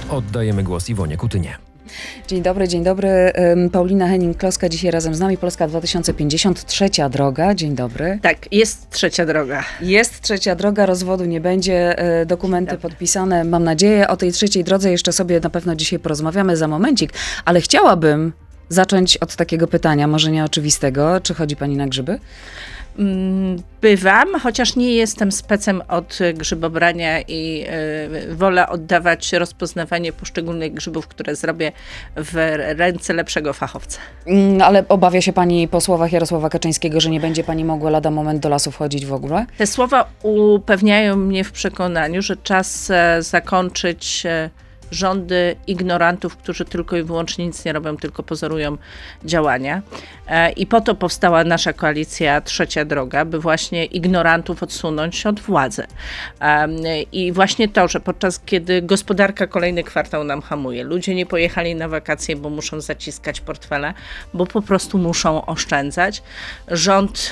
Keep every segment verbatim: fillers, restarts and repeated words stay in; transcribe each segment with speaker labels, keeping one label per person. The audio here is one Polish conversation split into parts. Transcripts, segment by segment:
Speaker 1: Oddajemy głos Iwonie Kutynie.
Speaker 2: Dzień dobry, dzień dobry. Paulina Henning-Kloska dzisiaj razem z nami. Polska dwa tysiące pięćdziesiąt, trzecia droga. Dzień dobry.
Speaker 3: Tak, jest trzecia droga.
Speaker 2: Jest trzecia droga, rozwodu nie będzie. Dokumenty Dobry. podpisane, mam nadzieję. O tej trzeciej drodze jeszcze sobie na pewno dzisiaj porozmawiamy za momencik, ale chciałabym zacząć od takiego pytania, może nieoczywistego. Czy chodzi pani na grzyby?
Speaker 3: Bywam, chociaż nie jestem specem od grzybobrania i y, wolę oddawać rozpoznawanie poszczególnych grzybów, które zrobię, w ręce lepszego fachowca.
Speaker 2: Ale obawia się pani po słowach Jarosława Kaczyńskiego, że nie będzie pani mogła lada moment do lasu wchodzić w ogóle?
Speaker 3: Te słowa upewniają mnie w przekonaniu, że czas e, zakończyć e, rządy ignorantów, którzy tylko i wyłącznie nic nie robią, tylko pozorują działania. I po to powstała nasza koalicja Trzecia Droga, by właśnie ignorantów odsunąć od władzy. I właśnie to, że podczas kiedy gospodarka kolejny kwartał nam hamuje, ludzie nie pojechali na wakacje, bo muszą zaciskać portfele, bo po prostu muszą oszczędzać. Rząd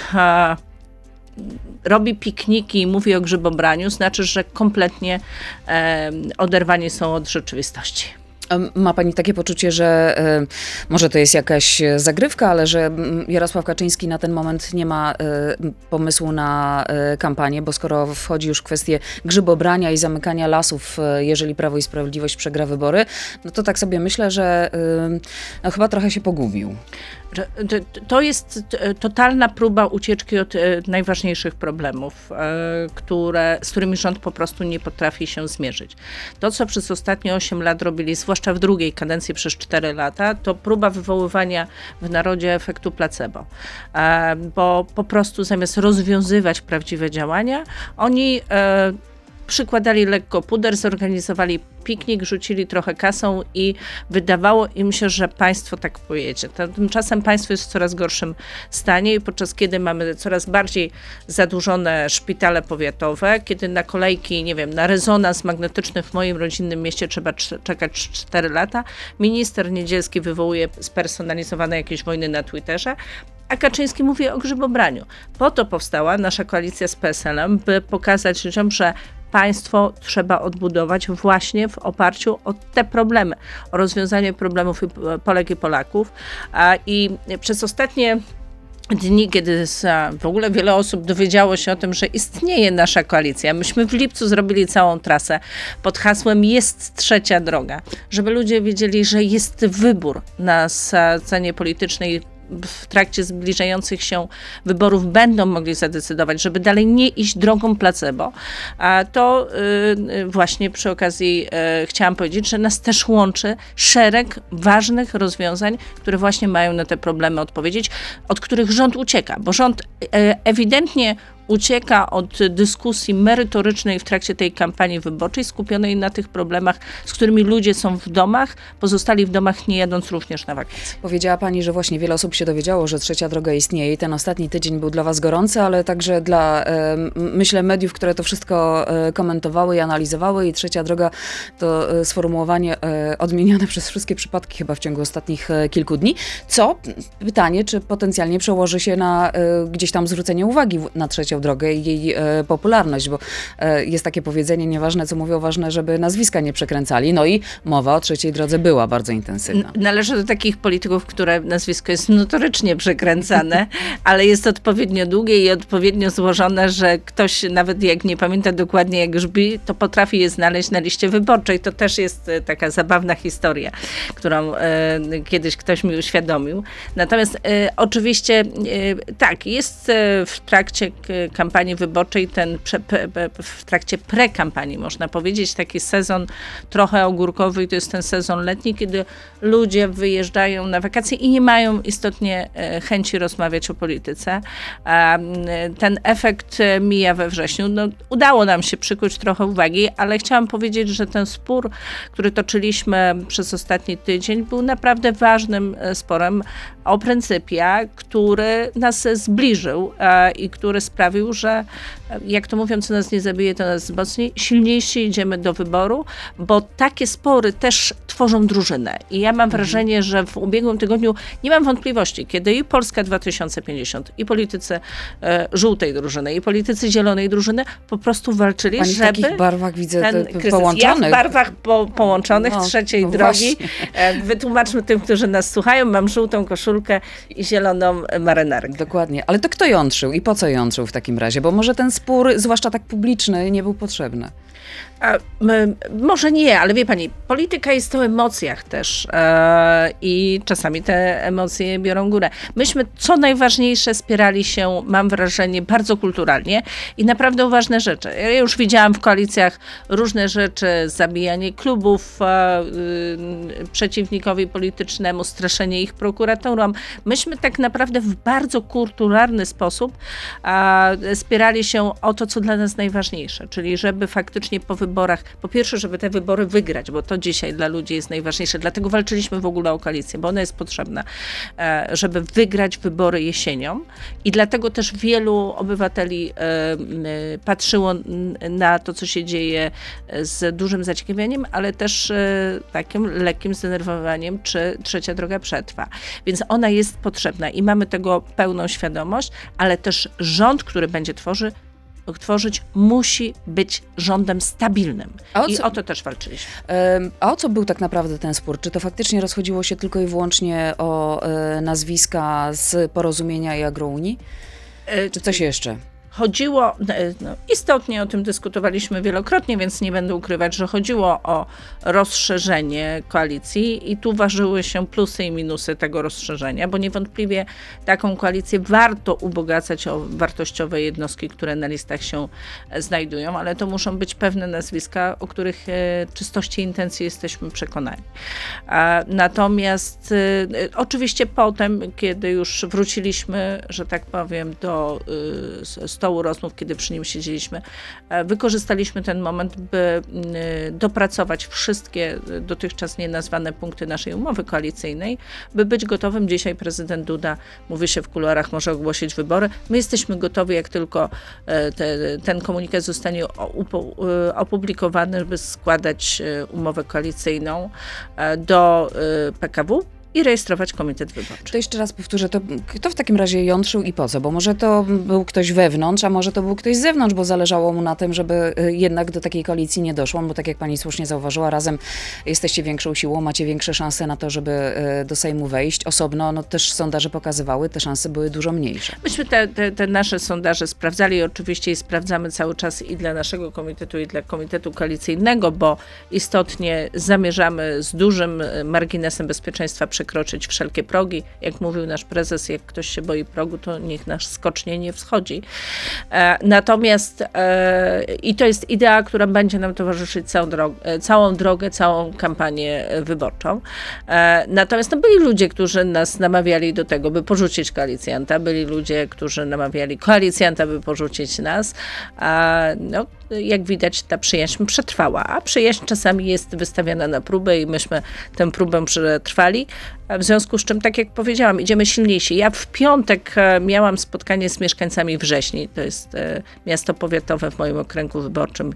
Speaker 3: robi pikniki i mówi o grzybobraniu, znaczy, że kompletnie e, oderwani są od rzeczywistości.
Speaker 2: Ma pani takie poczucie, że y, może to jest jakaś zagrywka, ale że Jarosław Kaczyński na ten moment nie ma y, pomysłu na y, kampanię, bo skoro wchodzi już w kwestię grzybobrania i zamykania lasów, y, jeżeli Prawo i Sprawiedliwość przegra wybory, no to tak sobie myślę, że y, no chyba trochę się pogubił.
Speaker 3: To jest totalna próba ucieczki od najważniejszych problemów, które, z którymi rząd po prostu nie potrafi się zmierzyć. To, co przez ostatnie osiem lat robili, zwłaszcza w drugiej kadencji przez cztery lata, to próba wywoływania w narodzie efektu placebo. Bo po prostu zamiast rozwiązywać prawdziwe działania, oni przykładali lekko puder, zorganizowali piknik, rzucili trochę kasą i wydawało im się, że państwo tak pojedzie. Tymczasem państwo jest w coraz gorszym stanie i podczas kiedy mamy coraz bardziej zadłużone szpitale powiatowe, kiedy na kolejki, nie wiem, na rezonans magnetyczny w moim rodzinnym mieście trzeba czekać cztery lata, minister Niedzielski wywołuje spersonalizowane jakieś wojny na Twitterze, a Kaczyński mówi o grzybobraniu. Po to powstała nasza koalicja z P S L-em, by pokazać ludziom, że państwo trzeba odbudować właśnie w oparciu o te problemy, o rozwiązanie problemów Polek i Polaków. I przez ostatnie dni, kiedy w ogóle wiele osób dowiedziało się o tym, że istnieje nasza koalicja. Myśmy w lipcu zrobili całą trasę pod hasłem Jest Trzecia Droga, żeby ludzie wiedzieli, że jest wybór na scenie politycznej. W trakcie zbliżających się wyborów będą mogli zadecydować, żeby dalej nie iść drogą placebo, a to yy, właśnie przy okazji yy, chciałam powiedzieć, że nas też łączy szereg ważnych rozwiązań, które właśnie mają na te problemy odpowiedzieć, od których rząd ucieka, bo rząd yy, ewidentnie ucieka od dyskusji merytorycznej w trakcie tej kampanii wyborczej, skupionej na tych problemach, z którymi ludzie są w domach, pozostali w domach, nie jadąc również na wakacje.
Speaker 2: Powiedziała pani, że właśnie wiele osób się dowiedziało, że Trzecia Droga istnieje i ten ostatni tydzień był dla was gorący, ale także dla, e, myślę, mediów, które to wszystko e, komentowały i analizowały i Trzecia Droga to e, sformułowanie e, odmienione przez wszystkie przypadki chyba w ciągu ostatnich e, kilku dni. Co? Pytanie, czy potencjalnie przełoży się na e, gdzieś tam zwrócenie uwagi na Trzecią Drogę i jej e, popularność, bo e, jest takie powiedzenie, nieważne co mówią, ważne, żeby nazwiska nie przekręcali. No i mowa o Trzeciej Drodze była bardzo intensywna.
Speaker 3: Należy do takich polityków, które nazwisko jest notorycznie przekręcane, ale jest odpowiednio długie i odpowiednio złożone, że ktoś nawet jak nie pamięta dokładnie jak brzmi, to potrafi je znaleźć na liście wyborczej. To też jest taka zabawna historia, którą e, kiedyś ktoś mi uświadomił. Natomiast e, oczywiście e, tak, jest e, w trakcie kampanii wyborczej, ten prze, pre, w trakcie prekampanii, można powiedzieć, taki sezon trochę ogórkowy i to jest ten sezon letni, kiedy ludzie wyjeżdżają na wakacje i nie mają istotnie chęci rozmawiać o polityce. Ten efekt mija we wrześniu. No, udało nam się przykuć trochę uwagi, ale chciałam powiedzieć, że ten spór, który toczyliśmy przez ostatni tydzień, był naprawdę ważnym sporem o pryncypia, który nas zbliżył i który sprawił, że jak to mówią, co nas nie zabije, to nas wzmocni, silniejsi idziemy do wyboru, bo takie spory też tworzą drużynę. I ja mam wrażenie, że w ubiegłym tygodniu nie mam wątpliwości, kiedy i Polska dwa tysiące pięćdziesiąt, i politycy e, żółtej drużyny, i politycy zielonej drużyny po prostu walczyli,
Speaker 2: Pani
Speaker 3: żeby...
Speaker 2: w takich barwach widzę
Speaker 3: ten
Speaker 2: te,
Speaker 3: kryzys.
Speaker 2: połączonych.
Speaker 3: Ja w barwach po, połączonych
Speaker 2: No,
Speaker 3: trzeciej
Speaker 2: no
Speaker 3: drogi.
Speaker 2: właśnie.
Speaker 3: E, wytłumaczmy tym, którzy nas słuchają, mam żółtą koszulkę i zieloną marynarkę.
Speaker 2: Dokładnie. Ale to kto jątrzył i po co jątrzył w takim razie? Bo może ten spór, zwłaszcza tak publiczny, nie był potrzebny.
Speaker 3: A, m, może nie, ale wie pani, polityka jest o emocjach też e, i czasami te emocje biorą górę. Myśmy, co najważniejsze, spierali się, mam wrażenie, bardzo kulturalnie i naprawdę o ważne rzeczy. Ja już widziałam w koalicjach różne rzeczy, zabijanie klubów e, y, przeciwnikowi politycznemu, straszenie ich prokuraturą. Myśmy tak naprawdę w bardzo kulturalny sposób e, spierali się o to, co dla nas najważniejsze, czyli żeby faktycznie po wyborach, po pierwsze, żeby te wybory wygrać, bo to dzisiaj dla ludzi jest najważniejsze. Dlatego walczyliśmy w ogóle o koalicję, bo ona jest potrzebna, żeby wygrać wybory jesienią. I dlatego też wielu obywateli patrzyło na to, co się dzieje z dużym zaciekawieniem, ale też takim lekkim zdenerwowaniem, czy trzecia droga przetrwa. Więc ona jest potrzebna i mamy tego pełną świadomość, ale też rząd, który będzie tworzy, tworzyć, musi być rządem stabilnym.
Speaker 2: O
Speaker 3: I
Speaker 2: co-
Speaker 3: o to też walczyliśmy.
Speaker 2: Em, A o co był tak naprawdę ten spór? Czy to faktycznie rozchodziło się tylko i wyłącznie o e, nazwiska z Porozumienia i Agrounii? Czy coś jeszcze?
Speaker 3: Chodziło, no, istotnie o tym dyskutowaliśmy wielokrotnie, więc nie będę ukrywać, że chodziło o rozszerzenie koalicji i tu ważyły się plusy i minusy tego rozszerzenia, bo niewątpliwie taką koalicję warto ubogacać o wartościowe jednostki, które na listach się znajdują, ale to muszą być pewne nazwiska, o których e, czystości intencji jesteśmy przekonani. A, natomiast e, oczywiście potem, kiedy już wróciliśmy, że tak powiem, do e, stołu rozmów, kiedy przy nim siedzieliśmy, wykorzystaliśmy ten moment, by dopracować wszystkie dotychczas nienazwane punkty naszej umowy koalicyjnej, by być gotowym. Dzisiaj prezydent Duda, mówi się w kuluarach, może ogłosić wybory. My jesteśmy gotowi, jak tylko te, ten komunikat zostanie opublikowany, żeby składać umowę koalicyjną do P K W i rejestrować komitet wyborczy.
Speaker 2: To jeszcze raz powtórzę, to kto w takim razie jątrzył i po co? Bo może to był ktoś wewnątrz, a może to był ktoś z zewnątrz, bo zależało mu na tym, żeby jednak do takiej koalicji nie doszło, bo tak jak pani słusznie zauważyła, razem jesteście większą siłą, macie większe szanse na to, żeby do Sejmu wejść. Osobno, no też sondaże pokazywały, te szanse były dużo mniejsze.
Speaker 3: Myśmy te, te, te nasze sondaże sprawdzali oczywiście i sprawdzamy cały czas i dla naszego komitetu, i dla komitetu koalicyjnego, bo istotnie zamierzamy z dużym marginesem bezpieczeństwa przekroczyć wszelkie progi. Jak mówił nasz prezes, jak ktoś się boi progu, to niech nasz skocznie nie wschodzi. E, natomiast e, i to jest idea, która będzie nam towarzyszyć całą drogę, całą, drogę, całą kampanię wyborczą. E, natomiast no, byli ludzie, którzy nas namawiali do tego, by porzucić koalicjanta. Byli ludzie, którzy namawiali koalicjanta, by porzucić nas. A, no, jak widać, ta przyjaźń przetrwała, a przyjaźń czasami jest wystawiana na próbę i myśmy tę próbę przetrwali. W związku z czym, tak jak powiedziałam, idziemy silniejsi. Ja w piątek miałam spotkanie z mieszkańcami Wrześni. To jest miasto powiatowe w moim okręgu wyborczym,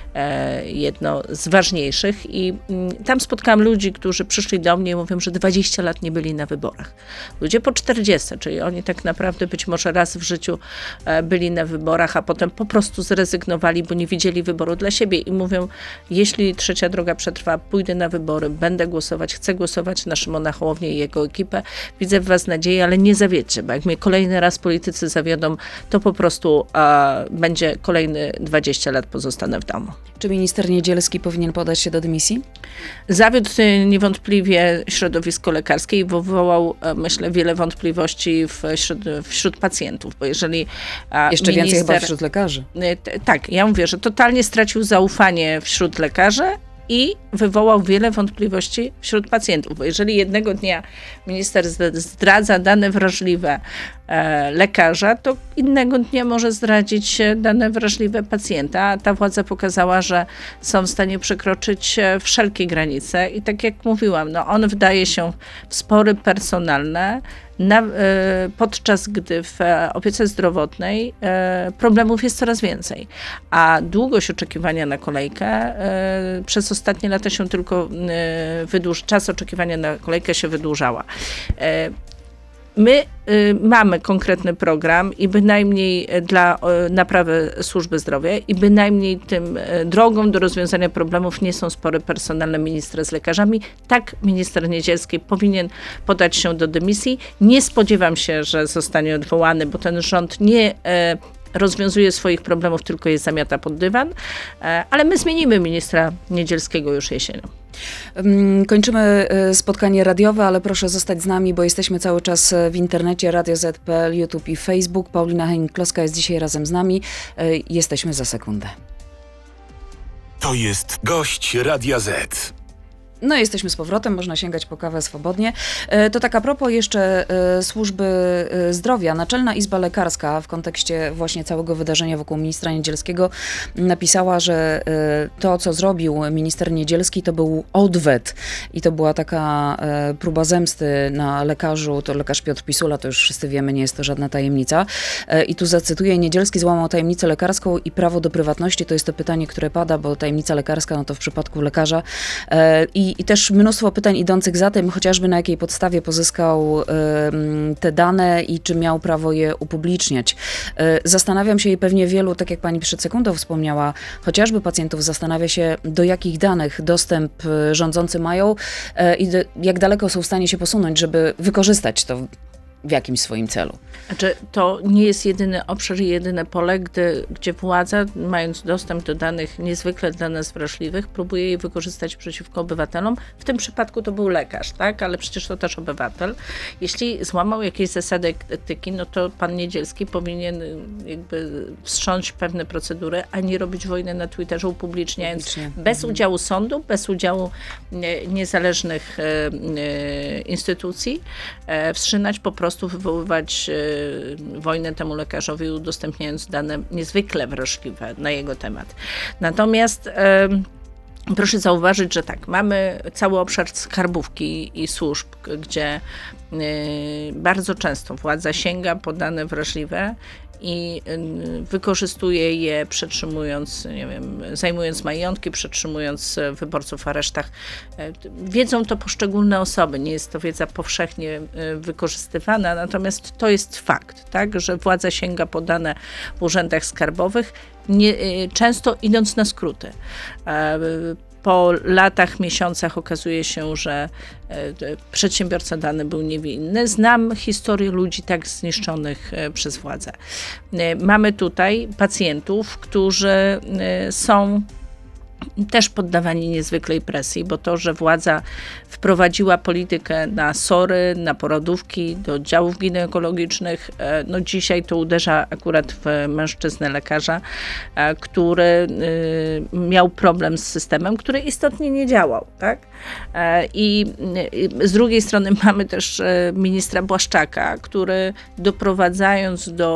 Speaker 3: jedno z ważniejszych. I tam spotkałam ludzi, którzy przyszli do mnie i mówią, że dwadzieścia lat nie byli na wyborach. Ludzie po czterdziestu, czyli oni tak naprawdę być może raz w życiu byli na wyborach, a potem po prostu zrezygnowali, bo nie widzieli wyboru dla siebie i mówią, jeśli trzecia droga przetrwa, pójdę na wybory, będę głosować, chcę głosować na Szymona Hołownię i jego ekipę. Widzę w was nadzieję, ale nie zawiedźcie, bo jak mnie kolejny raz politycy zawiodą, to po prostu a, będzie kolejny dwadzieścia lat pozostanę w domu.
Speaker 2: Czy minister Niedzielski powinien podać się do dymisji?
Speaker 3: Zawiódł niewątpliwie środowisko lekarskie i wywołał, myślę, wiele wątpliwości wśród, wśród pacjentów, bo jeżeli
Speaker 2: Jeszcze
Speaker 3: minister,
Speaker 2: więcej chyba wśród lekarzy.
Speaker 3: Tak, ja mówię, że totalnie stracił zaufanie wśród lekarzy i wywołał wiele wątpliwości wśród pacjentów, bo jeżeli jednego dnia minister zdradza dane wrażliwe e, lekarza, to innego dnia może zdradzić dane wrażliwe pacjenta. A ta władza pokazała, że są w stanie przekroczyć wszelkie granice i tak jak mówiłam, no on wdaje się w spory personalne, Na, e, podczas gdy w opiece zdrowotnej e, problemów jest coraz więcej, a długość oczekiwania na kolejkę e, przez ostatnie lata się tylko e, wydłuż, czas oczekiwania na kolejkę się wydłużała. E, My y, mamy konkretny program i bynajmniej dla y, naprawy służby zdrowia i bynajmniej tym y, drogą do rozwiązania problemów nie są spory personalne ministra z lekarzami. Tak, minister Niedzielski powinien podać się do dymisji. Nie spodziewam się, że zostanie odwołany, bo ten rząd nie y, rozwiązuje swoich problemów, tylko je zamiata pod dywan, y, ale my zmienimy ministra Niedzielskiego już jesienią.
Speaker 2: Kończymy spotkanie radiowe, ale proszę zostać z nami, bo jesteśmy cały czas w internecie, radio zet kropka pe el, YouTube i Facebook. Paulina Henning-Kloska jest dzisiaj razem z nami. Jesteśmy za sekundę.
Speaker 4: To jest gość Radia Z.
Speaker 2: No jesteśmy z powrotem, można sięgać po kawę swobodnie. To tak a propos jeszcze służby zdrowia. Naczelna Izba Lekarska w kontekście właśnie całego wydarzenia wokół ministra Niedzielskiego napisała, że to, co zrobił minister Niedzielski, to był odwet. I to była taka próba zemsty na lekarzu. To lekarz Piotr Pisula, to już wszyscy wiemy, nie jest to żadna tajemnica. I tu zacytuję, Niedzielski złamał tajemnicę lekarską i prawo do prywatności. To jest to pytanie, które pada, bo tajemnica lekarska, no to w przypadku lekarza. I I też mnóstwo pytań idących za tym, chociażby na jakiej podstawie pozyskał y, te dane i czy miał prawo je upubliczniać. Y, zastanawiam się i pewnie wielu, tak jak pani przed sekundą wspomniała, chociażby pacjentów zastanawia się, do jakich danych dostęp rządzący mają y, i do, jak daleko są w stanie się posunąć, żeby wykorzystać to w jakimś swoim celu.
Speaker 3: Znaczy, to nie jest jedyny obszar i jedyne pole, gdy, gdzie władza, mając dostęp do danych niezwykle dla nas wrażliwych, próbuje je wykorzystać przeciwko obywatelom. W tym przypadku to był lekarz, tak? Ale przecież to też obywatel. Jeśli złamał jakieś zasady etyki, no to pan Niedzielski powinien jakby wstrząść pewne procedury, a nie robić wojny na Twitterze, upubliczniając
Speaker 2: Publicznie.
Speaker 3: bez
Speaker 2: Mhm.
Speaker 3: udziału sądu, bez udziału nie, niezależnych e, e, instytucji, e, wstrzymać po prostu wywoływać e, wojnę temu lekarzowi, udostępniając dane niezwykle wrażliwe na jego temat. Natomiast e, proszę zauważyć, że tak, mamy cały obszar skarbówki i służb, gdzie y, bardzo często władza sięga po dane wrażliwe i y, wykorzystuje je, przetrzymując, nie wiem, zajmując majątki, przetrzymując wyborców w aresztach. Wiedzą to poszczególne osoby, nie jest to wiedza powszechnie y, wykorzystywana, natomiast to jest fakt, tak, że władza sięga po dane w urzędach skarbowych, nie, często idąc na skróty. Po latach, miesiącach okazuje się, że przedsiębiorca dany był niewinny. Znam historię ludzi tak zniszczonych przez władzę. Mamy tutaj pacjentów, którzy są też poddawani niezwykłej presji, bo to, że władza wprowadziła politykę na sory, na porodówki, do oddziałów ginekologicznych, no dzisiaj to uderza akurat w mężczyznę lekarza, który miał problem z systemem, który istotnie nie działał, tak? I z drugiej strony mamy też ministra Błaszczaka, który doprowadzając do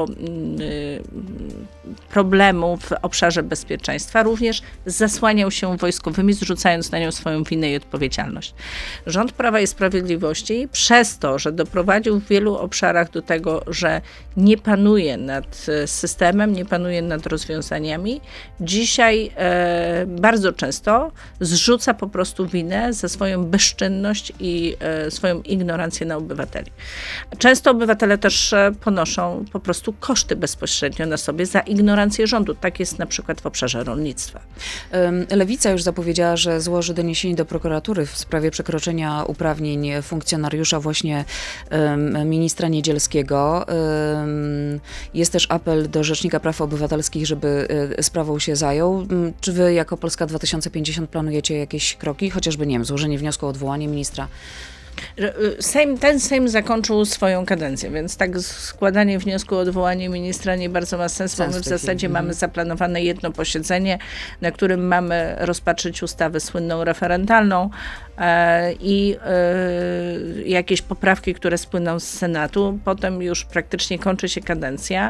Speaker 3: problemu w obszarze bezpieczeństwa również zasłaniał się wojskowymi, zrzucając na nią swoją winę i odpowiedzialność. Rząd Prawa i Sprawiedliwości przez to, że doprowadził w wielu obszarach do tego, że nie panuje nad systemem, nie panuje nad rozwiązaniami, dzisiaj e, bardzo często zrzuca po prostu winę za swoją bezczynność i e, swoją ignorancję na obywateli. Często obywatele też ponoszą po prostu koszty bezpośrednio na sobie za ignorancję rządu. Tak jest na przykład w obszarze rolnictwa.
Speaker 2: Lewica już zapowiedziała, że złoży doniesienie do prokuratury w sprawie przekroczenia uprawnień funkcjonariusza właśnie um, ministra Niedzielskiego. Um, jest też apel do Rzecznika Praw Obywatelskich, żeby y, sprawą się zajął. Um, czy wy jako Polska dwa tysiące pięćdziesiąt planujecie jakieś kroki? Chociażby, nie wiem, złożenie wniosku o odwołanie ministra?
Speaker 3: Sejm, ten Sejm zakończył swoją kadencję, więc tak składanie wniosku o odwołanie ministra nie bardzo ma sens, bo my w zasadzie mamy zaplanowane jedno posiedzenie, na którym mamy rozpatrzyć ustawę słynną referendalną, i jakieś poprawki, które spłyną z Senatu. Potem już praktycznie kończy się kadencja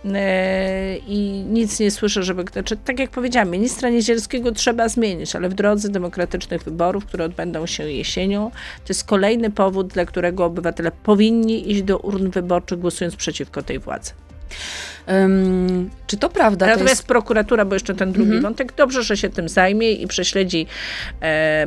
Speaker 3: i nic nie słyszę, żeby... Znaczy, tak jak powiedziałam, ministra Niedzielskiego trzeba zmienić, ale w drodze demokratycznych wyborów, które odbędą się jesienią, to jest kolejny powód, dla którego obywatele powinni iść do urn wyborczych, głosując przeciwko tej władzy.
Speaker 2: Um, czy to prawda?
Speaker 3: Natomiast
Speaker 2: to jest...
Speaker 3: prokuratura, bo jeszcze ten drugi mm-hmm. wątek, dobrze, że się tym zajmie i prześledzi e,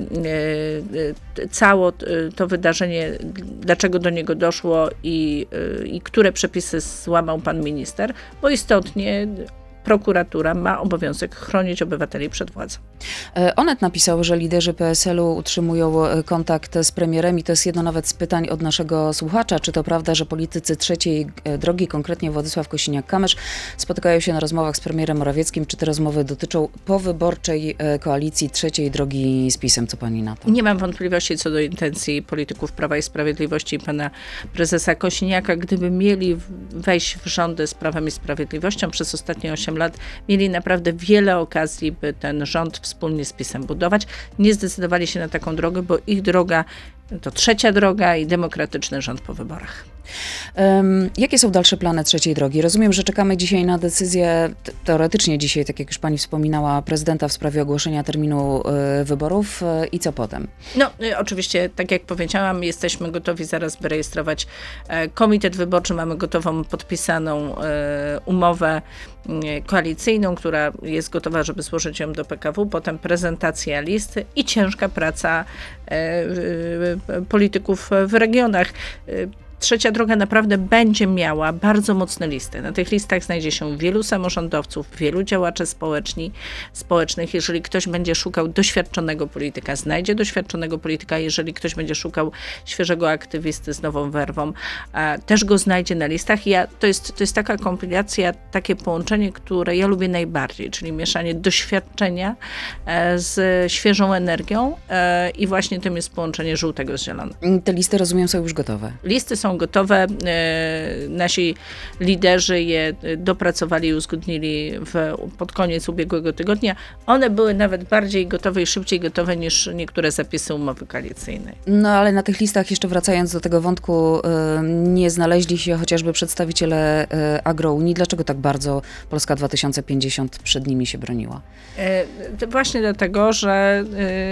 Speaker 3: e, całe to wydarzenie, dlaczego do niego doszło i, e, i które przepisy złamał pan minister, bo istotnie prokuratura ma obowiązek chronić obywateli przed władzą.
Speaker 2: Onet napisał, że liderzy P S L-u utrzymują kontakt z premierem i to jest jedno nawet z pytań od naszego słuchacza. Czy to prawda, że politycy trzeciej drogi, konkretnie Władysław Kosiniak-Kamysz, spotykają się na rozmowach z premierem Morawieckim? Czy te rozmowy dotyczą powyborczej koalicji trzeciej drogi z PiS-em? Co pani na to?
Speaker 3: Nie mam wątpliwości co do intencji polityków Prawa i Sprawiedliwości i pana prezesa Kosiniaka. Gdyby mieli wejść w rządy z Prawem i Sprawiedliwością przez ostatnie osiem lat, mieli naprawdę wiele okazji, by ten rząd wspólnie z PiS-em budować. Nie zdecydowali się na taką drogę, bo ich droga to trzecia droga i demokratyczny rząd po wyborach.
Speaker 2: Um, jakie są dalsze plany trzeciej drogi? Rozumiem, że czekamy dzisiaj na decyzję, teoretycznie dzisiaj, tak jak już pani wspominała, prezydenta w sprawie ogłoszenia terminu y, wyborów y, i co potem?
Speaker 3: No y, oczywiście, tak jak powiedziałam, jesteśmy gotowi zaraz by rejestrować y, komitet wyborczy. Mamy gotową, podpisaną y, umowę y, koalicyjną, która jest gotowa, żeby złożyć ją do P K W. Potem prezentacja listy i ciężka praca y, y, polityków w regionach. Y, Trzecia droga naprawdę będzie miała bardzo mocne listy. Na tych listach znajdzie się wielu samorządowców, wielu działaczy społeczni, społecznych. Jeżeli ktoś będzie szukał doświadczonego polityka, znajdzie doświadczonego polityka. Jeżeli ktoś będzie szukał świeżego aktywisty z nową werwą, też go znajdzie na listach. Ja, to, jest, to jest taka kompilacja, takie połączenie, które ja lubię najbardziej, czyli mieszanie doświadczenia z świeżą energią i właśnie tym jest połączenie żółtego z zielonym.
Speaker 2: Te listy, rozumiem, są już gotowe.
Speaker 3: Listy są gotowe. Nasi liderzy je dopracowali i uzgodnili w, pod koniec ubiegłego tygodnia. One były nawet bardziej gotowe i szybciej gotowe niż niektóre zapisy umowy koalicyjnej.
Speaker 2: No ale na tych listach, jeszcze wracając do tego wątku, nie znaleźli się chociażby przedstawiciele Agrounii. Dlaczego tak bardzo Polska dwa tysiące pięćdziesiąt przed nimi się broniła?
Speaker 3: To właśnie dlatego, że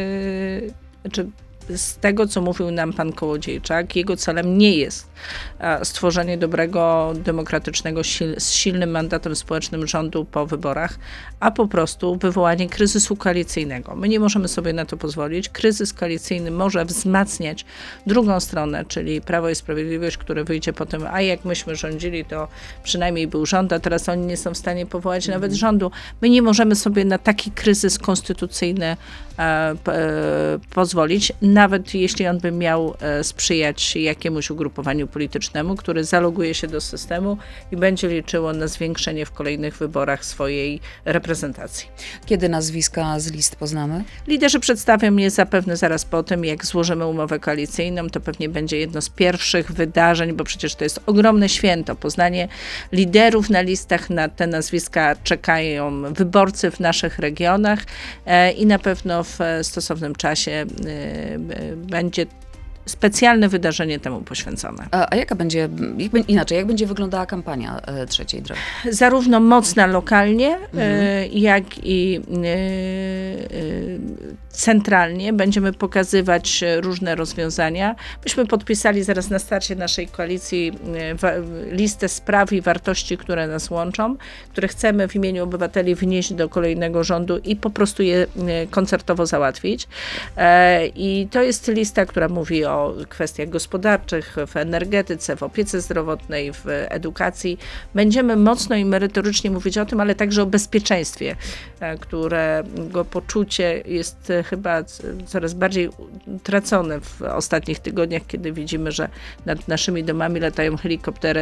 Speaker 3: yy, czy z tego, co mówił nam pan Kołodziejczak, jego celem nie jest stworzenie dobrego, demokratycznego, z silnym mandatem społecznym rządu po wyborach, a po prostu wywołanie kryzysu koalicyjnego. My nie możemy sobie na to pozwolić. Kryzys koalicyjny może wzmacniać drugą stronę, czyli Prawo i Sprawiedliwość, które wyjdzie potem, a jak myśmy rządzili, to przynajmniej był rząd, a teraz oni nie są w stanie powołać mm. nawet rządu. My nie możemy sobie na taki kryzys konstytucyjny e, e, pozwolić, nawet jeśli on by miał e, sprzyjać jakiemuś ugrupowaniu politycznemu, które zaloguje się do systemu i będzie liczyło na zwiększenie w kolejnych wyborach swojej reprezentacji.
Speaker 2: Kiedy nazwiska z list poznamy?
Speaker 3: Liderzy przedstawią je zapewne zaraz po tym, jak złożymy umowę koalicyjną. To pewnie będzie jedno z pierwszych wydarzeń, bo przecież to jest ogromne święto. Poznanie liderów na listach, na te nazwiska czekają wyborcy w naszych regionach e, i na pewno w stosownym czasie e, będzie specjalne wydarzenie temu poświęcone.
Speaker 2: A, a jaka będzie, inaczej, jak będzie wyglądała kampania e, trzeciej drogi?
Speaker 3: Zarówno mocna lokalnie,
Speaker 2: mhm.
Speaker 3: e, jak i e, e, centralnie. Będziemy pokazywać różne rozwiązania. Myśmy podpisali zaraz na starcie naszej koalicji e, wa, listę spraw i wartości, które nas łączą, które chcemy w imieniu obywateli wnieść do kolejnego rządu i po prostu je e, koncertowo załatwić. E, I to jest lista, która mówi o o kwestiach gospodarczych, w energetyce, w opiece zdrowotnej, w edukacji. Będziemy mocno i merytorycznie mówić o tym, ale także o bezpieczeństwie, którego poczucie jest chyba coraz bardziej tracone w ostatnich tygodniach, kiedy widzimy, że nad naszymi domami latają helikoptery,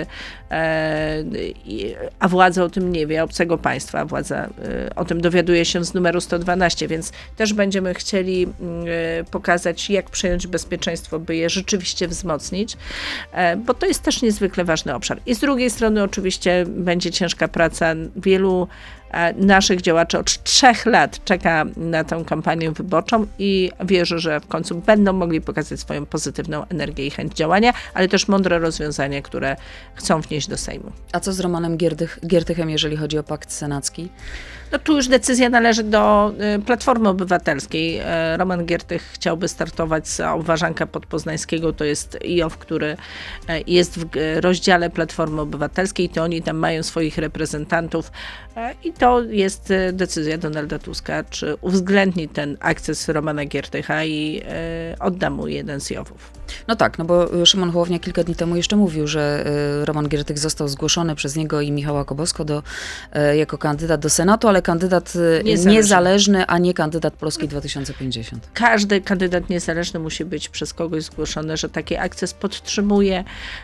Speaker 3: a władza o tym nie wie, obcego państwa. Władza o tym dowiaduje się z numeru sto dwanaście, więc też będziemy chcieli pokazać, jak przejąć bezpieczeństwo, by je rzeczywiście wzmocnić, bo to jest też niezwykle ważny obszar. I z drugiej strony oczywiście będzie ciężka praca wielu naszych działaczy od trzech lat czeka na tę kampanię wyborczą i wierzę, że w końcu będą mogli pokazać swoją pozytywną energię i chęć działania, ale też mądre rozwiązania, które chcą wnieść do Sejmu.
Speaker 2: A co z Romanem Gierdych, Giertychem, jeżeli chodzi o pakt senacki?
Speaker 3: No tu już decyzja należy do y, Platformy Obywatelskiej. Y, Roman Giertych chciałby startować z Obwarzanka Podpoznańskiego. To jest I O W, który y, jest w y, rozdziale Platformy Obywatelskiej. To oni tam mają swoich reprezentantów y, i to jest y, decyzja Donalda Tuska, czy uwzględni ten akces Romana Giertycha i y, odda mu jeden z I O W-ów.
Speaker 2: No tak, no bo Szymon Hołownia kilka dni temu jeszcze mówił, że y, Roman Giertych został zgłoszony przez niego i Michała Kobosko do, y, jako kandydat do Senatu, ale kandydat y,
Speaker 3: Niezależny.
Speaker 2: niezależny, a nie kandydat Polski dwa tysiące pięćdziesiąt.
Speaker 3: Każdy kandydat niezależny musi być przez kogoś zgłoszony, że taki akces podtrzymuje.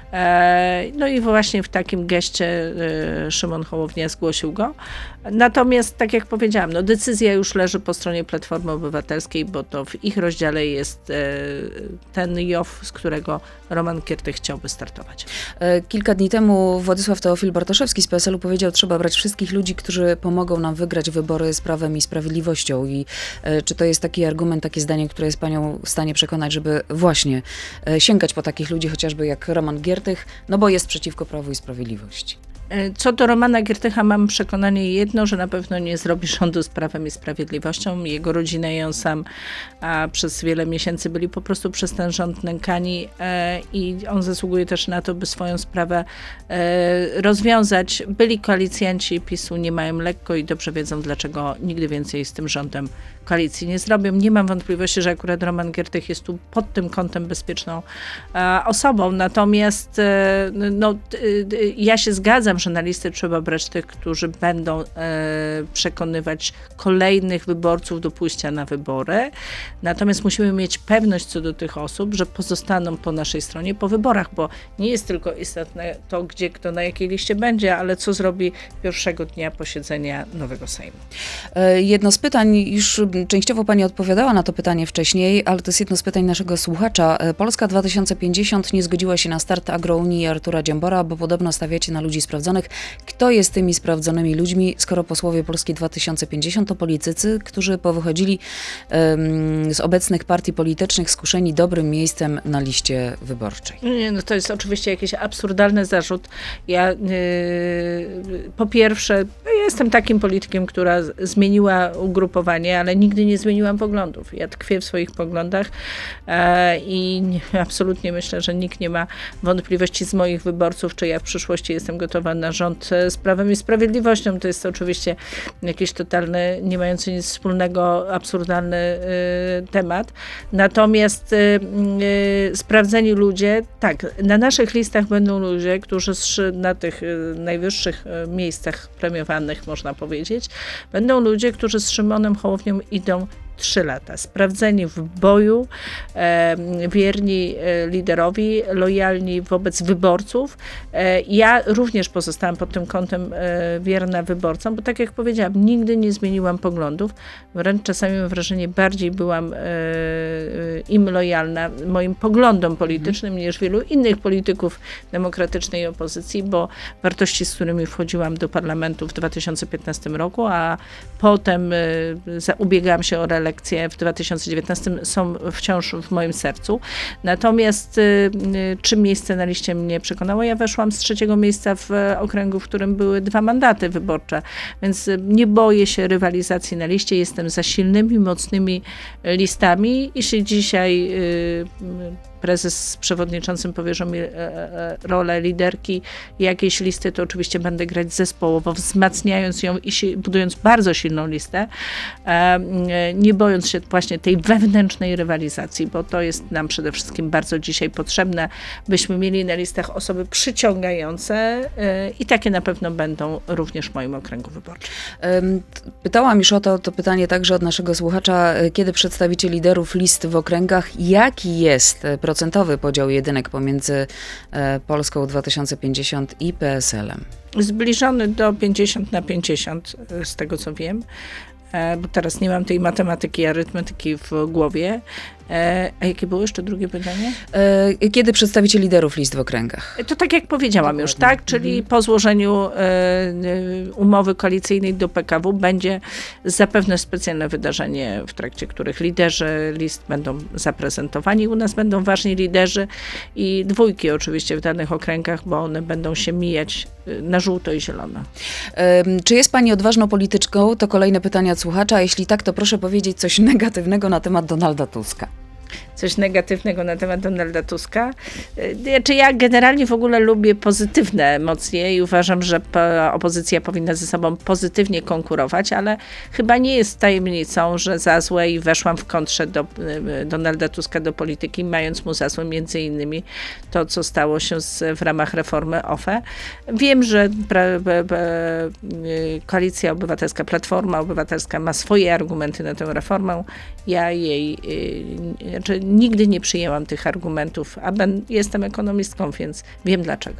Speaker 3: E, no i właśnie w takim geście e, Szymon Hołownia zgłosił go. Natomiast, tak jak powiedziałam, no decyzja już leży po stronie Platformy Obywatelskiej, bo to w ich rozdziale jest e, ten I O W, z którego Roman Giertych chciałby startować.
Speaker 2: E, kilka dni temu Władysław Teofil Bartoszewski z P S L u powiedział, trzeba brać wszystkich ludzi, którzy pomogą nam wygrać wybory z Prawem i Sprawiedliwością. I e, czy to jest taki argument, takie zdanie, które jest panią w stanie przekonać, żeby właśnie e, sięgać po takich ludzi, chociażby jak Roman Giertych, no bo jest przeciwko Prawu i Sprawiedliwości?
Speaker 3: Co do Romana Giertycha mam przekonanie jedno, że na pewno nie zrobi rządu z Prawem i Sprawiedliwością. Jego rodzina i on sam a przez wiele miesięcy byli po prostu przez ten rząd nękani e, i on zasługuje też na to, by swoją sprawę e, rozwiązać. Byli koalicjanci PiSu, nie mają lekko i dobrze wiedzą, dlaczego nigdy więcej z tym rządem koalicji nie zrobią. Nie mam wątpliwości, że akurat Roman Giertych jest tu pod tym kątem bezpieczną e, osobą. Natomiast e, no, e, ja się zgadzam, że na listę trzeba brać tych, którzy będą e, przekonywać kolejnych wyborców do pójścia na wybory. Natomiast musimy mieć pewność co do tych osób, że pozostaną po naszej stronie po wyborach, bo nie jest tylko istotne to, gdzie kto na jakiej liście będzie, ale co zrobi pierwszego dnia posiedzenia nowego Sejmu.
Speaker 2: E, jedno z pytań, już częściowo pani odpowiadała na to pytanie wcześniej, ale to jest jedno z pytań naszego słuchacza. Polska dwa tysiące pięćdziesiąt nie zgodziła się na start Agrounii Artura Dziambora, bo podobno stawiacie na ludzi sprawdzonych. Kto jest tymi sprawdzonymi ludźmi, skoro posłowie Polski dwa tysiące pięćdziesiąt to politycy, którzy powychodzili um, z obecnych partii politycznych skuszeni dobrym miejscem na liście wyborczej?
Speaker 3: Nie, no to jest oczywiście jakiś absurdalny zarzut. Ja yy, po pierwsze, ja jestem takim politykiem, która zmieniła ugrupowanie, ale nigdy nie zmieniłam poglądów. Ja tkwię w swoich poglądach e, i nie, absolutnie myślę, że nikt nie ma wątpliwości z moich wyborców, czy ja w przyszłości jestem gotowa na rząd z Prawem i Sprawiedliwością. To jest oczywiście jakiś totalny, nie mający nic wspólnego, absurdalny y, temat. Natomiast y, y, sprawdzeni ludzie, tak, na naszych listach będą ludzie, którzy na tych y, najwyższych y, miejscach premiowanych, można powiedzieć, będą ludzie, którzy z Szymonem Hołownią idą trzy lata. Sprawdzeni w boju, e, wierni e, liderowi, lojalni wobec wyborców. E, ja również pozostałam pod tym kątem e, wierna wyborcom, bo tak jak powiedziałam, nigdy nie zmieniłam poglądów. Wręcz czasami mam wrażenie, bardziej byłam e, im lojalna moim poglądom politycznym niż wielu innych polityków demokratycznej opozycji, bo wartości, z którymi wchodziłam do parlamentu w dwa tysiące piętnastym roku, a potem e, za, ubiegałam się o reelekcję w dwa tysiące dziewiętnastym są wciąż w moim sercu. Natomiast y, czy miejsce na liście mnie przekonało? Ja weszłam z trzeciego miejsca w okręgu, w którym były dwa mandaty wyborcze, więc nie boję się rywalizacji na liście. Jestem za silnymi, mocnymi listami. Jeśli dzisiaj y, prezes z przewodniczącym powierzą mi rolę liderki jakiejś listy, to oczywiście będę grać zespołowo, wzmacniając ją i budując bardzo silną listę, nie bojąc się właśnie tej wewnętrznej rywalizacji, bo to jest nam przede wszystkim bardzo dzisiaj potrzebne, byśmy mieli na listach osoby przyciągające i takie na pewno będą również w moim okręgu wyborczym.
Speaker 2: Pytałam już o to, to pytanie także od naszego słuchacza, kiedy przedstawicie liderów list w okręgach, jaki jest procentowy podział jedynek pomiędzy Polską dwa tysiące pięćdziesiąt i P S L-em?
Speaker 3: Zbliżony do pięćdziesiąt na pięćdziesiąt, z tego co wiem, bo teraz nie mam tej matematyki, arytmetyki w głowie. E, a jakie było jeszcze drugie pytanie?
Speaker 2: E, kiedy przedstawicie liderów list w okręgach?
Speaker 3: To tak jak powiedziałam już, tak? Czyli mhm. po złożeniu e, umowy koalicyjnej do P K W będzie zapewne specjalne wydarzenie, w trakcie których liderzy list będą zaprezentowani. U nas będą ważni liderzy i dwójki oczywiście w danych okręgach, bo one będą się mijać na żółto i zielono.
Speaker 2: E, czy jest pani odważną polityczką? To kolejne pytanie od słuchacza. A jeśli tak, to proszę powiedzieć coś negatywnego na temat Donalda Tuska.
Speaker 3: Coś negatywnego na temat Donalda Tuska. Znaczy ja generalnie w ogóle lubię pozytywne emocje i uważam, że opozycja powinna ze sobą pozytywnie konkurować, ale chyba nie jest tajemnicą, że za złe i weszłam w kontrze do Donalda Tuska do polityki, mając mu za złe między innymi to, co stało się z, w ramach reformy O F E. Wiem, że pra, b, b, Koalicja Obywatelska, Platforma Obywatelska ma swoje argumenty na tę reformę. Ja jej znaczy nigdy nie przyjęłam tych argumentów, a ben, jestem ekonomistką, więc wiem dlaczego.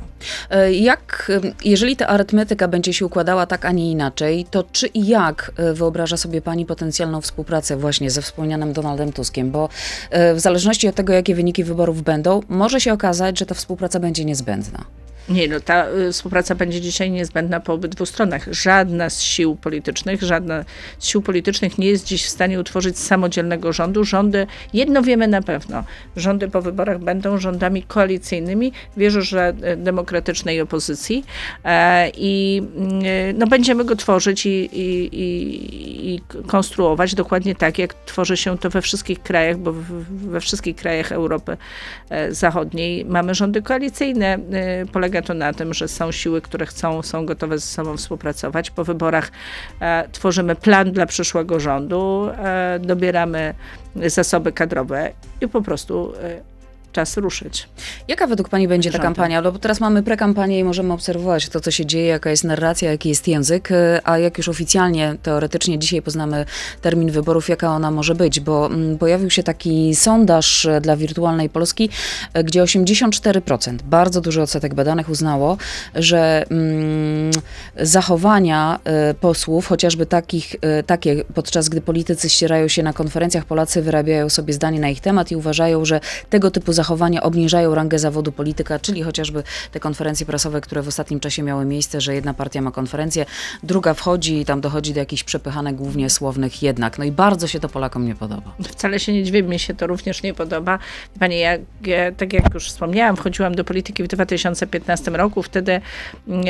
Speaker 2: Jak, jeżeli ta arytmetyka będzie się układała tak, a nie inaczej, to czy i jak wyobraża sobie pani potencjalną współpracę właśnie ze wspomnianym Donaldem Tuskiem? Bo w zależności od tego, jakie wyniki wyborów będą, może się okazać, że ta współpraca będzie niezbędna.
Speaker 3: Nie, no ta y, współpraca będzie dzisiaj niezbędna po obydwu stronach. Żadna z sił politycznych, żadna z sił politycznych nie jest dziś w stanie utworzyć samodzielnego rządu. Rządy, jedno wiemy na pewno, rządy po wyborach będą rządami koalicyjnymi, wierzę, że y, demokratycznej opozycji e, i y, no, będziemy go tworzyć i, i, i, i konstruować dokładnie tak, jak tworzy się to we wszystkich krajach, bo w, we wszystkich krajach Europy e, Zachodniej mamy rządy koalicyjne, e, polega to na tym, że są siły, które chcą, są gotowe ze sobą współpracować. Po wyborach e, tworzymy plan dla przyszłego rządu, e, dobieramy zasoby kadrowe i po prostu e, czas ruszyć.
Speaker 2: Jaka według pani będzie ta kampania? No bo teraz mamy prekampanię i możemy obserwować to, co się dzieje, jaka jest narracja, jaki jest język, a jak już oficjalnie, teoretycznie dzisiaj poznamy termin wyborów, jaka ona może być, bo mm, pojawił się taki sondaż dla Wirtualnej Polski, gdzie osiemdziesiąt cztery procent, bardzo duży odsetek badanych uznało, że mm, zachowania y, posłów, chociażby takich, y, takie, podczas gdy politycy ścierają się na konferencjach, Polacy wyrabiają sobie zdanie na ich temat i uważają, że tego typu zachowania zachowania obniżają rangę zawodu polityka, czyli chociażby te konferencje prasowe, które w ostatnim czasie miały miejsce, że jedna partia ma konferencję, druga wchodzi i tam dochodzi do jakichś przepychanek głównie słownych jednak. No i bardzo się to Polakom nie podoba.
Speaker 3: Wcale się nie dziwię, mi się to również nie podoba. Pani, ja, ja, tak jak już wspomniałam, wchodziłam do polityki w dwa tysiące piętnastym roku, wtedy e,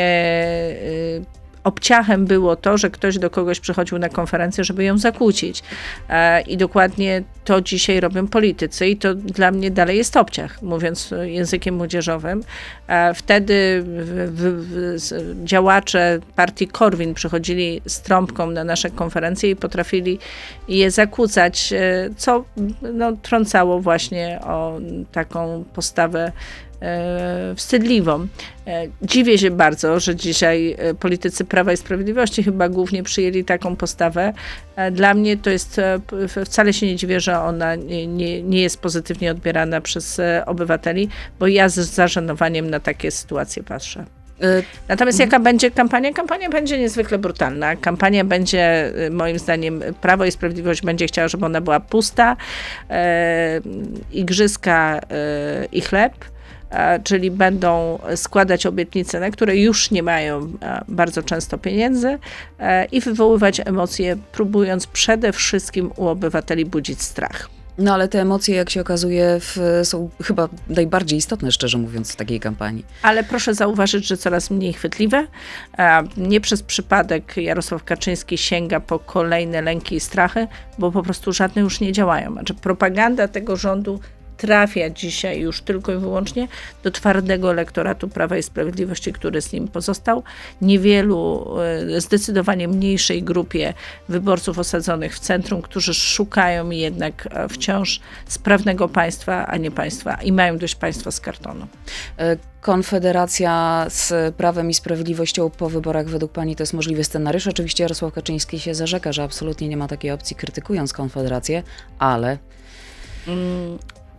Speaker 3: e, obciachem było to, że ktoś do kogoś przychodził na konferencję, żeby ją zakłócić. E, I dokładnie to dzisiaj robią politycy i to dla mnie dalej jest obciach, mówiąc językiem młodzieżowym. E, wtedy w, w, w, działacze partii Korwin przychodzili z trąbką na nasze konferencje i potrafili je zakłócać, e, co no, trącało właśnie o taką postawę wstydliwą. Dziwię się bardzo, że dzisiaj politycy Prawa i Sprawiedliwości chyba głównie przyjęli taką postawę. Dla mnie to jest, wcale się nie dziwię, że ona nie, nie jest pozytywnie odbierana przez obywateli, bo ja z zażenowaniem na takie sytuacje patrzę. Natomiast jaka będzie kampania? Kampania będzie niezwykle brutalna. Kampania będzie, moim zdaniem, Prawo i Sprawiedliwość będzie chciała, żeby ona była pusta. E, igrzyska e, i chleb. Czyli będą składać obietnice, na które już nie mają bardzo często pieniędzy i wywoływać emocje, próbując przede wszystkim u obywateli budzić strach.
Speaker 2: No ale te emocje, jak się okazuje, w, są chyba najbardziej istotne, szczerze mówiąc, w takiej kampanii.
Speaker 3: Ale proszę zauważyć, że coraz mniej chwytliwe. Nie przez przypadek Jarosław Kaczyński sięga po kolejne lęki i strachy, bo po prostu żadne już nie działają. Znaczy propaganda tego rządu trafia dzisiaj już tylko i wyłącznie do twardego elektoratu Prawa i Sprawiedliwości, który z nim pozostał. Niewielu, zdecydowanie mniejszej grupie wyborców osadzonych w centrum, którzy szukają jednak wciąż sprawnego państwa, a nie państwa i mają dość państwa z kartonu.
Speaker 2: Konfederacja z Prawem i Sprawiedliwością po wyborach według pani to jest możliwy scenariusz. Oczywiście Jarosław Kaczyński się zarzeka, że absolutnie nie ma takiej opcji, krytykując Konfederację, ale...
Speaker 3: Mm.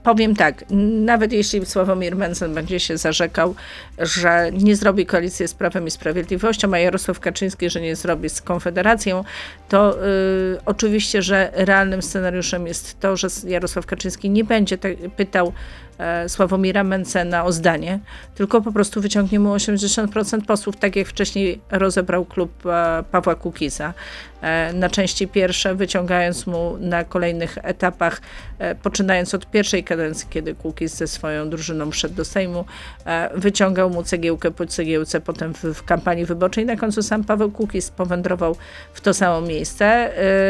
Speaker 3: powiem tak, nawet jeśli Sławomir Mencen będzie się zarzekał, że nie zrobi koalicji z Prawem i Sprawiedliwością, a Jarosław Kaczyński, że nie zrobi z Konfederacją, to y, oczywiście, że realnym scenariuszem jest to, że Jarosław Kaczyński nie będzie te, pytał e, Sławomira Mencena o zdanie, tylko po prostu wyciągnie mu osiemdziesiąt procent posłów, tak jak wcześniej rozebrał klub e, Pawła Kukiza. E, na części pierwsze, wyciągając mu na kolejnych etapach, e, poczynając od pierwszej kadencji, kiedy Kukiz ze swoją drużyną wszedł do Sejmu, e, wyciągał mu cegiełkę po cegiełce, potem w, w kampanii wyborczej. Na końcu sam Paweł Kukiz powędrował w to samo miejsce, e,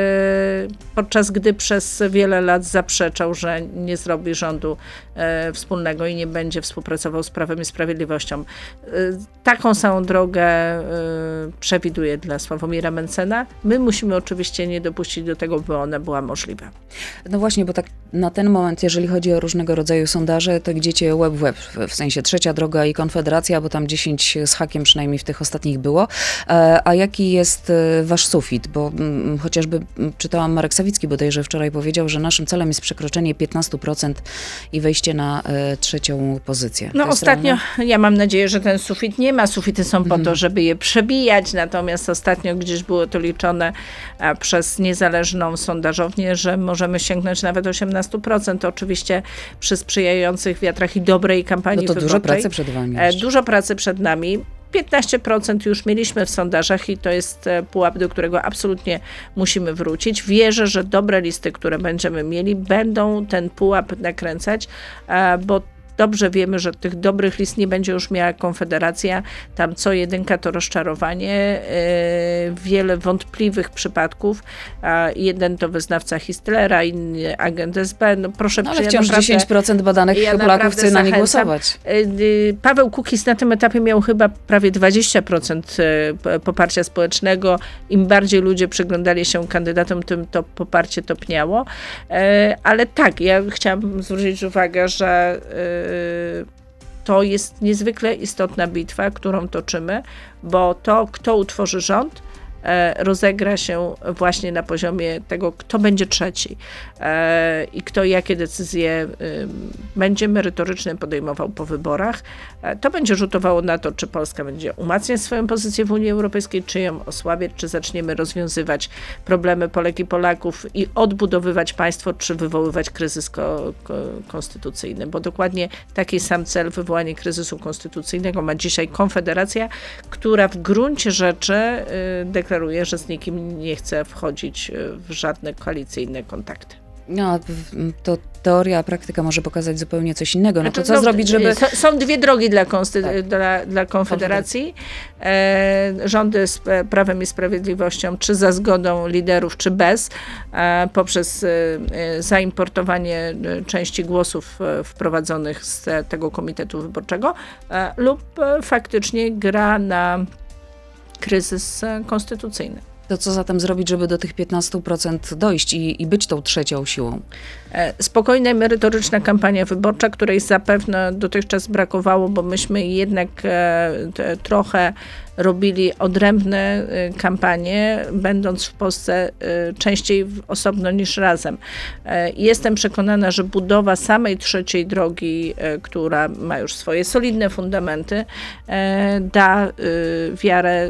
Speaker 3: podczas gdy przez wiele lat zaprzeczał, że nie zrobi rządu e, wspólnego i nie będzie współpracował z Prawem i Sprawiedliwością. E, taką samą drogę e, przewiduje dla Sławomira Mencena. My musimy oczywiście nie dopuścić do tego, by ona była możliwa.
Speaker 2: No właśnie, bo tak na ten moment, jeżeli chodzi o różnego rodzaju sondaże, to idziecie łeb w łeb, w sensie Trzecia Droga i Konfederacja, bo tam dziesięć z hakiem przynajmniej w tych ostatnich było. A jaki jest wasz sufit? Bo m, chociażby czytałam, Marek Sawicki bodajże wczoraj powiedział, że naszym celem jest przekroczenie piętnaście procent i wejście na e, trzecią pozycję.
Speaker 3: No ostatnio, realne? Ja mam nadzieję, że ten sufit nie ma. Sufity są po
Speaker 2: Mhm.
Speaker 3: to, żeby je przebijać, natomiast ostatnio gdzieś było to liczone a, przez niezależną sondażownię, że możemy sięgnąć nawet osiemnaście procent. Oczywiście przy sprzyjających wiatrach i dobrej kampanii
Speaker 2: No to
Speaker 3: wyborczej.
Speaker 2: dużo pracy przed wami.
Speaker 3: E,
Speaker 2: jeszcze.
Speaker 3: Dużo pracy przed nami. piętnaście procent już mieliśmy w sondażach i to jest e, pułap, do którego absolutnie musimy wrócić. Wierzę, że dobre listy, które będziemy mieli, będą ten pułap nakręcać, e, bo dobrze wiemy, że tych dobrych list nie będzie już miała Konfederacja. Tam co jedynka to rozczarowanie. Yy, wiele wątpliwych przypadków. A jeden to wyznawca Hitlera, inny agent S B. No proszę
Speaker 2: No, ale
Speaker 3: przyjść,
Speaker 2: wciąż
Speaker 3: naprawdę-
Speaker 2: dziesięć procent badanych
Speaker 3: ja
Speaker 2: Polaków
Speaker 3: naprawdę
Speaker 2: chce na nie
Speaker 3: zachęcam.
Speaker 2: głosować.
Speaker 3: Yy, Paweł Kukiz na tym etapie miał chyba prawie dwadzieścia procent yy, poparcia społecznego. Im bardziej ludzie przyglądali się kandydatom, tym to poparcie topniało. Yy, Ale tak, ja chciałam zwrócić uwagę, że yy, to jest niezwykle istotna bitwa, którą toczymy, bo to, kto utworzy rząd, rozegra się właśnie na poziomie tego, kto będzie trzeci i kto jakie decyzje będzie merytorycznie podejmował po wyborach. To będzie rzutowało na to, czy Polska będzie umacniać swoją pozycję w Unii Europejskiej, czy ją osłabiać, czy zaczniemy rozwiązywać problemy Polek i Polaków i odbudowywać państwo, czy wywoływać kryzys ko- ko- konstytucyjny, bo dokładnie taki sam cel, wywołanie kryzysu konstytucyjnego, ma dzisiaj Konfederacja, która w gruncie rzeczy deklaruje, że z nikim nie chce wchodzić w żadne koalicyjne kontakty.
Speaker 2: No, to teoria, a praktyka może pokazać zupełnie coś innego. No to
Speaker 3: Znaczy,
Speaker 2: co
Speaker 3: no,
Speaker 2: zrobić, żeby...
Speaker 3: Są dwie drogi dla, konsty-
Speaker 2: Tak.
Speaker 3: dla, dla Konfederacji. E, rządy z Prawem i Sprawiedliwością, czy za zgodą liderów, czy bez, e, poprzez e, zaimportowanie części głosów e, wprowadzonych z tego Komitetu Wyborczego, e, lub e, faktycznie gra na kryzys konstytucyjny.
Speaker 2: To co zatem zrobić, żeby do tych piętnastu procent dojść i, i być tą trzecią siłą?
Speaker 3: Spokojna i merytoryczna kampania wyborcza, której zapewne dotychczas brakowało, bo myśmy jednak e, te, trochę robili odrębne e, kampanie, będąc w Polsce e, częściej w, osobno niż razem. E, jestem przekonana, że budowa samej trzeciej drogi, e, która ma już swoje solidne fundamenty, e, da e, wiarę e,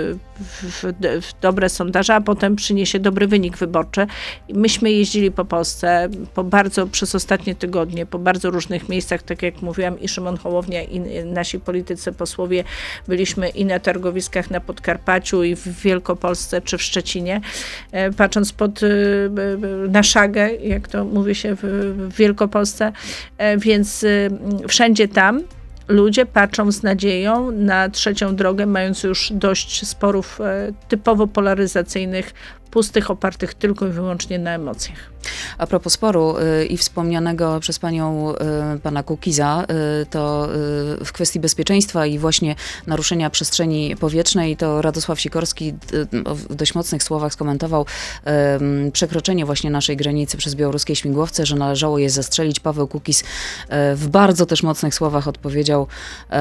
Speaker 3: w, w, w dobre sondaże, a potem przyniesie dobry wynik wyborczy. Myśmy jeździli po Polsce po bardzo, przez ostatnie tygodnie, po bardzo różnych miejscach, tak jak mówiłam, i Szymon Hołownia, i nasi politycy, posłowie, byliśmy i na targowiskach na Podkarpaciu, i w Wielkopolsce, czy w Szczecinie, patrząc pod, na szagę, jak to mówi się w Wielkopolsce, więc wszędzie tam ludzie patrzą z nadzieją na trzecią drogę, mając już dość sporów typowo polaryzacyjnych, pustych, opartych tylko i wyłącznie na emocjach.
Speaker 2: A propos sporu y, i wspomnianego przez panią y, pana Kukiza, y, to y, w kwestii bezpieczeństwa i właśnie naruszenia przestrzeni powietrznej, to Radosław Sikorski y, w dość mocnych słowach skomentował y, przekroczenie właśnie naszej granicy przez białoruskie śmigłowce, że należało je zastrzelić. Paweł Kukiz y, w bardzo też mocnych słowach odpowiedział: y,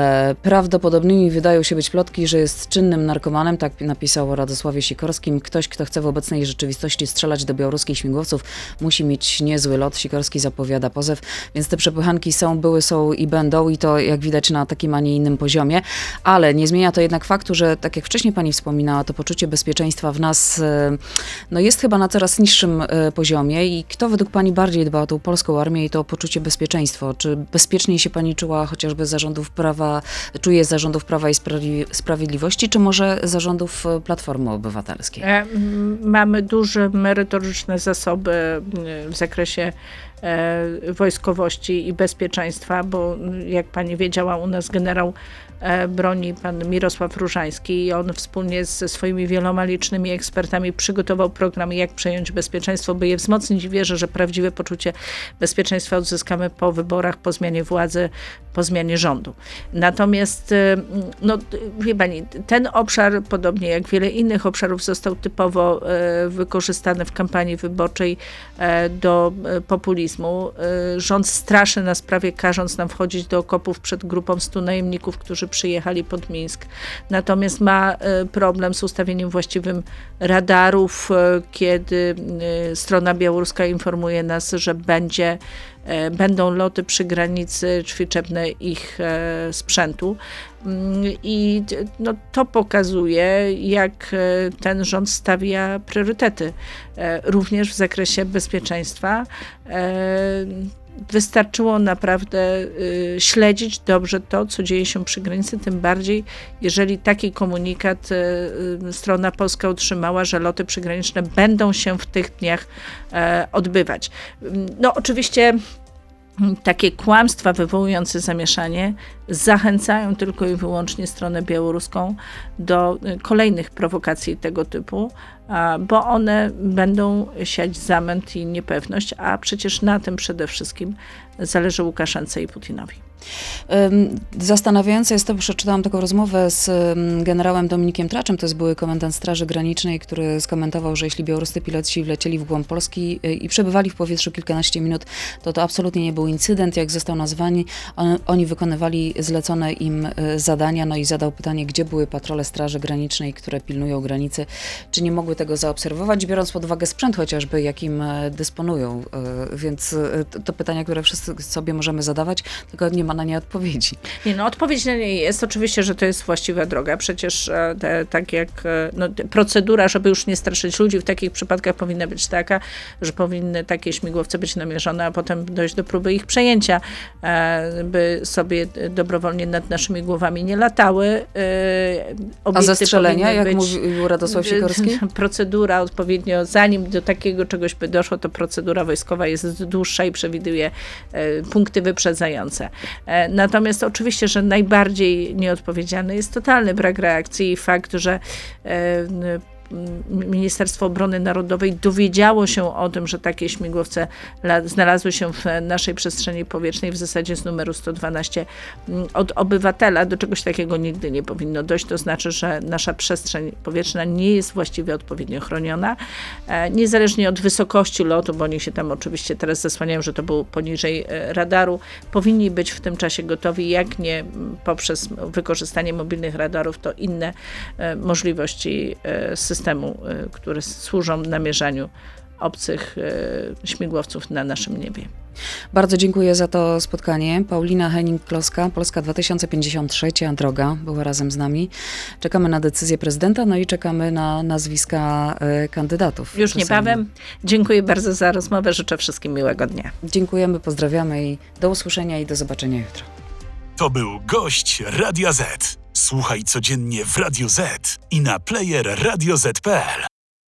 Speaker 2: prawdopodobnymi wydają się być plotki, że jest czynnym narkomanem, tak napisał o Radosławie Sikorskim. Ktoś, kto chce wobec obecnej rzeczywistości strzelać do białoruskich śmigłowców, musi mieć niezły lot. Sikorski zapowiada pozew, więc te przepychanki są, były, są i będą i to jak widać na takim, a nie innym poziomie, ale nie zmienia to jednak faktu, że tak jak wcześniej pani wspominała, to poczucie bezpieczeństwa w nas no jest chyba na coraz niższym poziomie i kto według pani bardziej dba o tą polską armię i to poczucie bezpieczeństwa? Czy bezpieczniej się pani czuła chociażby zarządów prawa, czuje zarządów Prawa i Sprawiedliwości, czy może zarządów Platformy Obywatelskiej?
Speaker 3: Mamy duże merytoryczne zasoby w zakresie wojskowości i bezpieczeństwa, bo jak pani wiedziała, u nas generał broni pan Mirosław Różański i on wspólnie ze swoimi wieloma licznymi ekspertami przygotował program, jak przejąć bezpieczeństwo, by je wzmocnić i wierzę, że prawdziwe poczucie bezpieczeństwa odzyskamy po wyborach, po zmianie władzy, po zmianie rządu. Natomiast, no wie pani, ten obszar, podobnie jak wiele innych obszarów, został typowo wykorzystany w kampanii wyborczej do populizmu. Rząd straszy nas prawie, każąc nam wchodzić do okopów przed grupą stu najemników, którzy przyjechali pod Mińsk. Natomiast ma problem z ustawieniem właściwym radarów, kiedy strona białoruska informuje nas, że będzie, będą loty przy granicy ćwiczebne ich sprzętu. I no, to pokazuje, jak ten rząd stawia priorytety, również w zakresie bezpieczeństwa. Wystarczyło naprawdę y, śledzić dobrze to, co dzieje się przy granicy, tym bardziej, jeżeli taki komunikat y, y, strona polska otrzymała, że loty przygraniczne będą się w tych dniach y, odbywać. No oczywiście takie kłamstwa wywołujące zamieszanie zachęcają tylko i wyłącznie stronę białoruską do kolejnych prowokacji tego typu, bo one będą siać zamęt i niepewność, a przecież na tym przede wszystkim zależy Łukaszence i Putinowi.
Speaker 2: Zastanawiające jest to, przeczytałam taką rozmowę z generałem Dominikiem Traczem, to jest były komendant Straży Granicznej, który skomentował, że jeśli białoruscy piloci wlecieli w głąb Polski i przebywali w powietrzu kilkanaście minut, to to absolutnie nie był incydent, jak został nazwany. On, oni wykonywali zlecone im zadania, no i zadał pytanie, gdzie były patrole Straży Granicznej, które pilnują granicy, czy nie mogły tego zaobserwować, biorąc pod uwagę sprzęt chociażby, jakim dysponują. Więc to pytania, które wszyscy sobie możemy zadawać, tylko nie ma na nie odpowiedzi.
Speaker 3: Nie, no odpowiedź na nie jest oczywiście, że to jest właściwa droga. Przecież te, tak jak no, procedura, żeby już nie straszyć ludzi, w takich przypadkach powinna być taka, że powinny takie śmigłowce być namierzone, a potem dojść do próby ich przejęcia, by sobie dobrowolnie nad naszymi głowami nie latały.
Speaker 2: Obiekty a zastrzelenia, jak
Speaker 3: być,
Speaker 2: mówił Radosław Sikorski?
Speaker 3: Procedura odpowiednio, zanim do takiego czegoś by doszło, to procedura wojskowa jest dłuższa i przewiduje punkty wyprzedzające. Natomiast oczywiście, że najbardziej nieodpowiedzialny jest totalny brak reakcji i fakt, że Ministerstwo Obrony Narodowej dowiedziało się o tym, że takie śmigłowce znalazły się w naszej przestrzeni powietrznej w zasadzie z numeru sto dwanaście od obywatela. Do czegoś takiego nigdy nie powinno dojść. To znaczy, że nasza przestrzeń powietrzna nie jest właściwie odpowiednio chroniona. Niezależnie od wysokości lotu, bo oni się tam oczywiście teraz zasłaniają, że to był poniżej radaru, powinni być w tym czasie gotowi, jak nie poprzez wykorzystanie mobilnych radarów, to inne możliwości systemu systemu, które służą namierzaniu obcych śmigłowców na naszym niebie.
Speaker 2: Bardzo dziękuję za to spotkanie. Paulina Hennig-Kloska, Polska dwa tysiące pięćdziesiąt trzy, droga, była razem z nami. Czekamy na decyzję prezydenta, no i czekamy na nazwiska y, kandydatów.
Speaker 3: Już niebawem. Dziękuję bardzo za rozmowę. Życzę wszystkim miłego dnia.
Speaker 2: Dziękujemy, pozdrawiamy i do usłyszenia i do zobaczenia jutro.
Speaker 4: To był gość Radia Z. Słuchaj codziennie w Radio Z i na player radio zet kropka pe el.